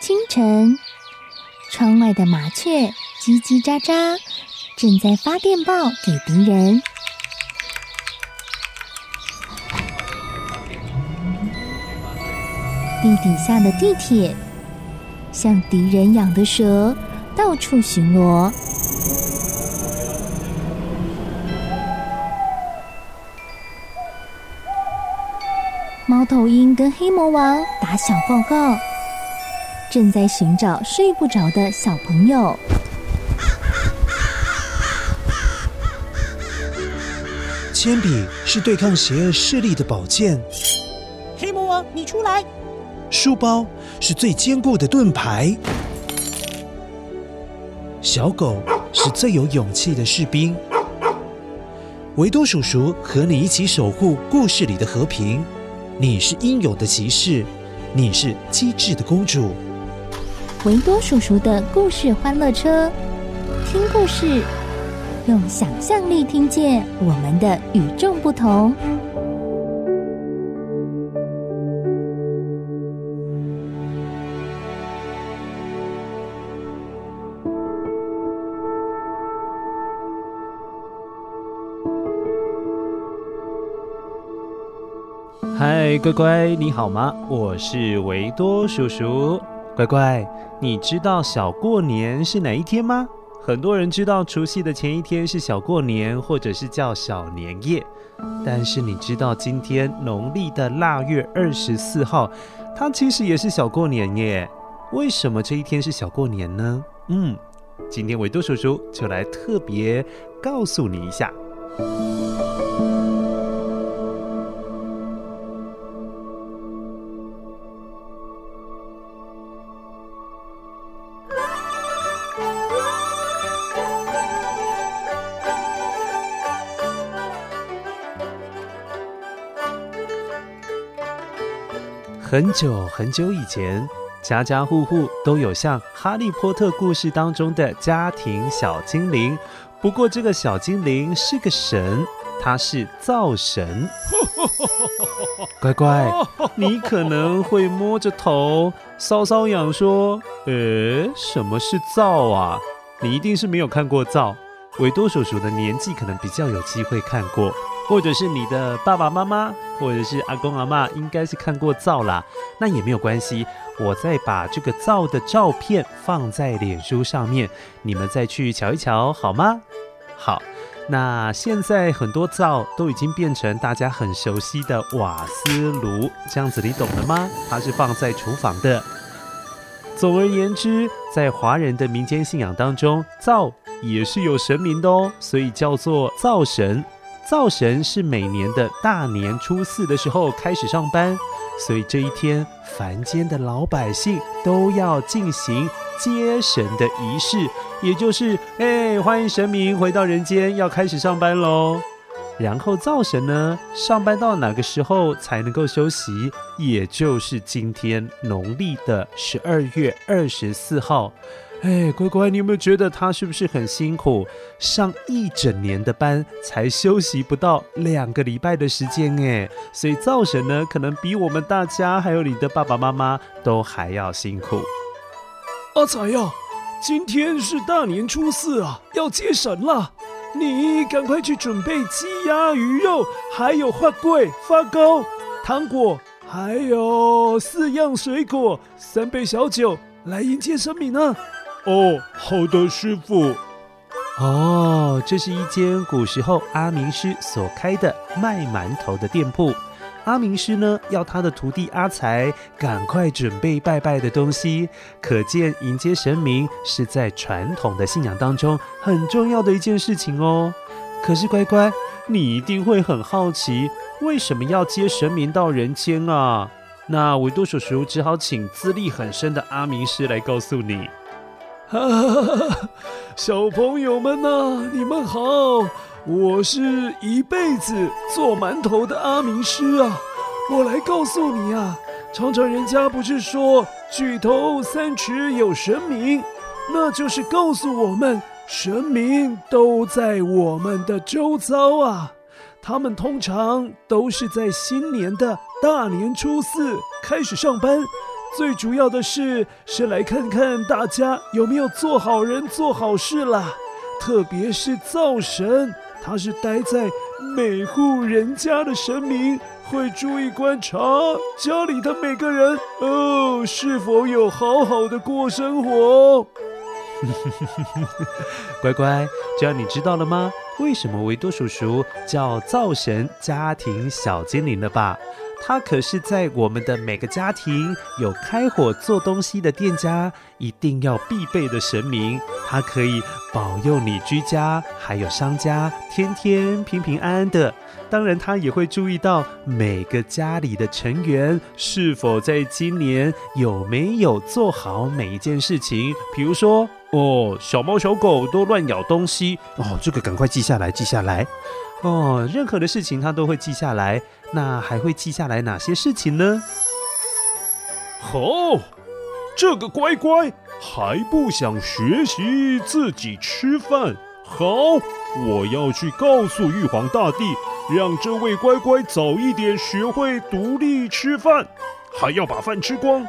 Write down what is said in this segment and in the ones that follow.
清晨，窗外的麻雀叽叽喳喳，正在发电报给敌人。地底下的地铁像敌人养的蛇，到处巡逻。猫头鹰跟黑魔王打小报告，正在寻找睡不着的小朋友。 铅笔是对抗邪恶势力的宝剑， 黑魔王，你出来！ 书包是最坚固的盾牌，小狗是最有勇气的士兵。维多叔叔和你一起守护故事里的和平。你是英勇的骑士，你是机智的公主。 维多叔叔的故事欢乐车，听故事，用想象力听见我们的与众不同。 嗨，乖乖，你好吗？我是维多叔叔。乖乖，你知道小过年是哪一天吗？很多人知道除夕的前一天是小过年，或者是叫小年夜。但是你知道今天农历的腊月24号，它其实也是小过年耶。为什么这一天是小过年呢？今天维多叔叔就来特别告诉你一下。很久很久以前，家家户户都有像哈利波特故事当中的家庭小精灵。不过这个小精灵是个神，他是灶神。乖乖，你可能会摸着头搔搔痒说，什么是灶啊？你一定是没有看过灶。维多叔叔的年纪可能比较有机会看过，或者是你的爸爸妈妈，或者是阿公阿嬷，应该是看过灶啦。那也没有关系，我再把这个灶的照片放在脸书上面，你们再去瞧一瞧好吗？好，那现在很多灶都已经变成大家很熟悉的瓦斯炉，这样子你懂了吗？它是放在厨房的。总而言之，在华人的民间信仰当中，灶也是有神明的哦，所以叫做灶神。灶神是每年的大年初4的时候开始上班，所以这一天凡间的老百姓都要进行接神的仪式，也就是欢迎神明回到人间，要开始上班咯。然后灶神呢，上班到哪个时候才能够休息？也就是今天农历的12月24号。乖乖，你有没有觉得他是不是很辛苦？上一整年的班才休息不到2个礼拜的时间所以灶神呢，可能比我们大家还有你的爸爸妈妈都还要辛苦。 阿财呀，今天是大年初4啊，要接神了。你赶快去准备鸡鸭鱼肉，还有花粿、发糕、糖果，还有4样水果、3杯小酒，来迎接神明啊！ 好的，师父。 这是一间古时候阿明师所开的卖馒头的店铺。阿明师呢，要他的徒弟阿财赶快准备拜拜的东西，可见迎接神明是在传统的信仰当中很重要的一件事情哦。可是乖乖，你一定会很好奇，为什么要接神明到人间啊？那维多叔叔只好请资历很深的阿明师来告诉你。 小朋友们啊，你们好，我是一辈子做馒头的阿明师啊。我来告诉你啊，常常人家不是说举头3尺有神明，那就是告诉我们神明都在我们的周遭啊。他们通常都是在新年的大年初4开始上班， 最主要的是来看看大家有没有做好人做好事啦。特别是灶神，他是待在每户人家的神明，会注意观察家里的每个人是否有好好的过生活。 乖乖，这样你知道了吗？为什么维多叔叔叫灶神家庭小精灵了吧？他可是在我们的每个家庭有开火做东西的店家一定要必备的神明，他可以保佑你居家还有商家天天平平安安的。当然他也会注意到每个家里的成员是否在今年有没有做好每一件事情，比如说小猫小狗都乱咬东西，这个赶快记下来任何的事情他都会记下来。那还会记下来哪些事情呢？ 这个乖乖还不想学习自己吃饭。好，我要去告诉玉皇大帝，让这位乖乖早一点学会独立吃饭，还要把饭吃光。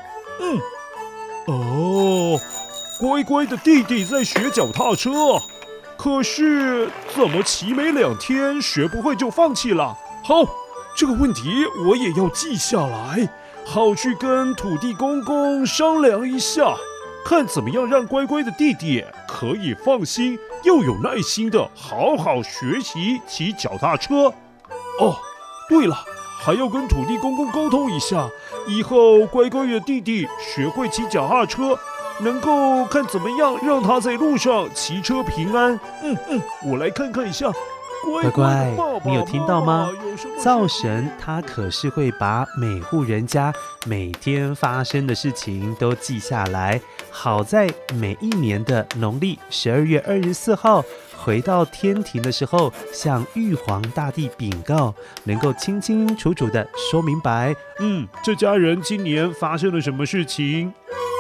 乖乖的弟弟在学脚踏车，可是怎么骑没2天学不会就放弃了？好，这个问题我也要记下来，好去跟土地公公商量一下，看怎么样让乖乖的弟弟可以放心又有耐心的好好学习骑脚踏车。对了，还要跟土地公公沟通一下，以后乖乖的弟弟学会骑脚踏车，能够看怎么样让他在路上骑车平安。我来看看一下。 乖乖，你有听到吗？灶神他可是会把每户人家每天发生的事情都记下来，好在每一年的农历12月24号回到天庭的时候，向玉皇大帝禀告，能够清清楚楚的说明白， 这家人今年发生了什么事情。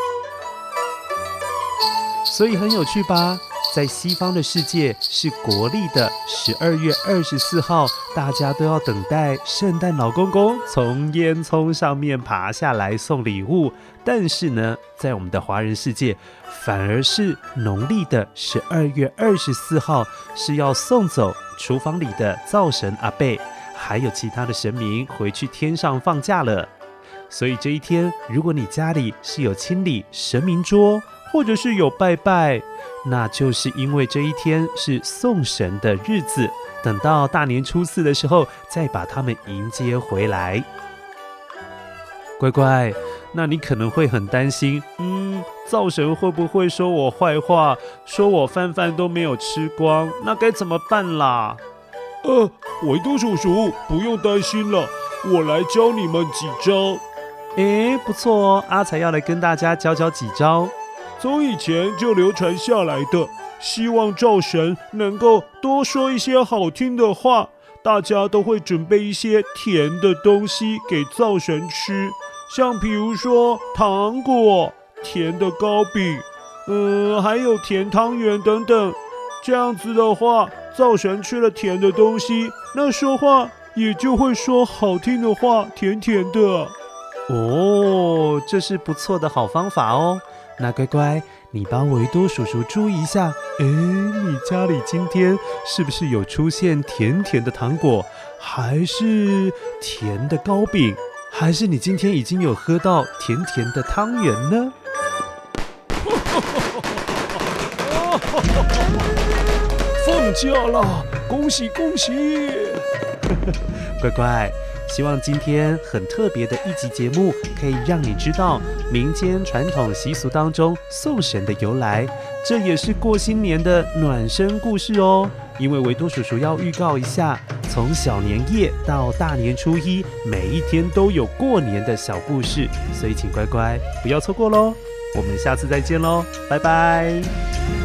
所以很有趣吧？在西方的世界是国历的12月24号，大家都要等待圣诞老公公从烟囱上面爬下来送礼物。但是呢，在我们的华人世界，反而是农历的12月24号是要送走厨房里的灶神阿伯，还有其他的神明回去天上放假了。所以这一天，如果你家里是有清理神明桌，或者是有拜拜，那就是因为这一天是送神的日子，等到大年初4的时候再把他们迎接回来。乖乖，那你可能会很担心，灶神会不会说我坏话，说我饭都没有吃光，那该怎么办啦？ 维多叔叔不用担心了，我来教你们几招。 不错哦，阿才要来跟大家教几招。 从以前就流传下来的，希望灶神能够多说一些好听的话，大家都会准备一些甜的东西给灶神吃，像比如说糖果、甜的糕饼，还有甜汤圆等等。这样子的话，灶神吃了甜的东西，那说话也就会说好听的话，甜甜的。 这是不错的好方法哦。那乖乖，你帮维多叔叔注意一下，你家里今天是不是有出现甜甜的糖果，还是甜的糕饼，还是你今天已经有喝到甜甜的汤圆呢？ 放假了，恭喜恭喜！ 乖乖，希望今天很特别的一集节目，可以让你知道民间传统习俗当中送神的由来，这也是过新年的暖身故事哦。因为维多叔叔要预告一下，从小年夜到大年初1，每一天都有过年的小故事，所以请乖乖不要错过咯。我们下次再见咯，拜拜。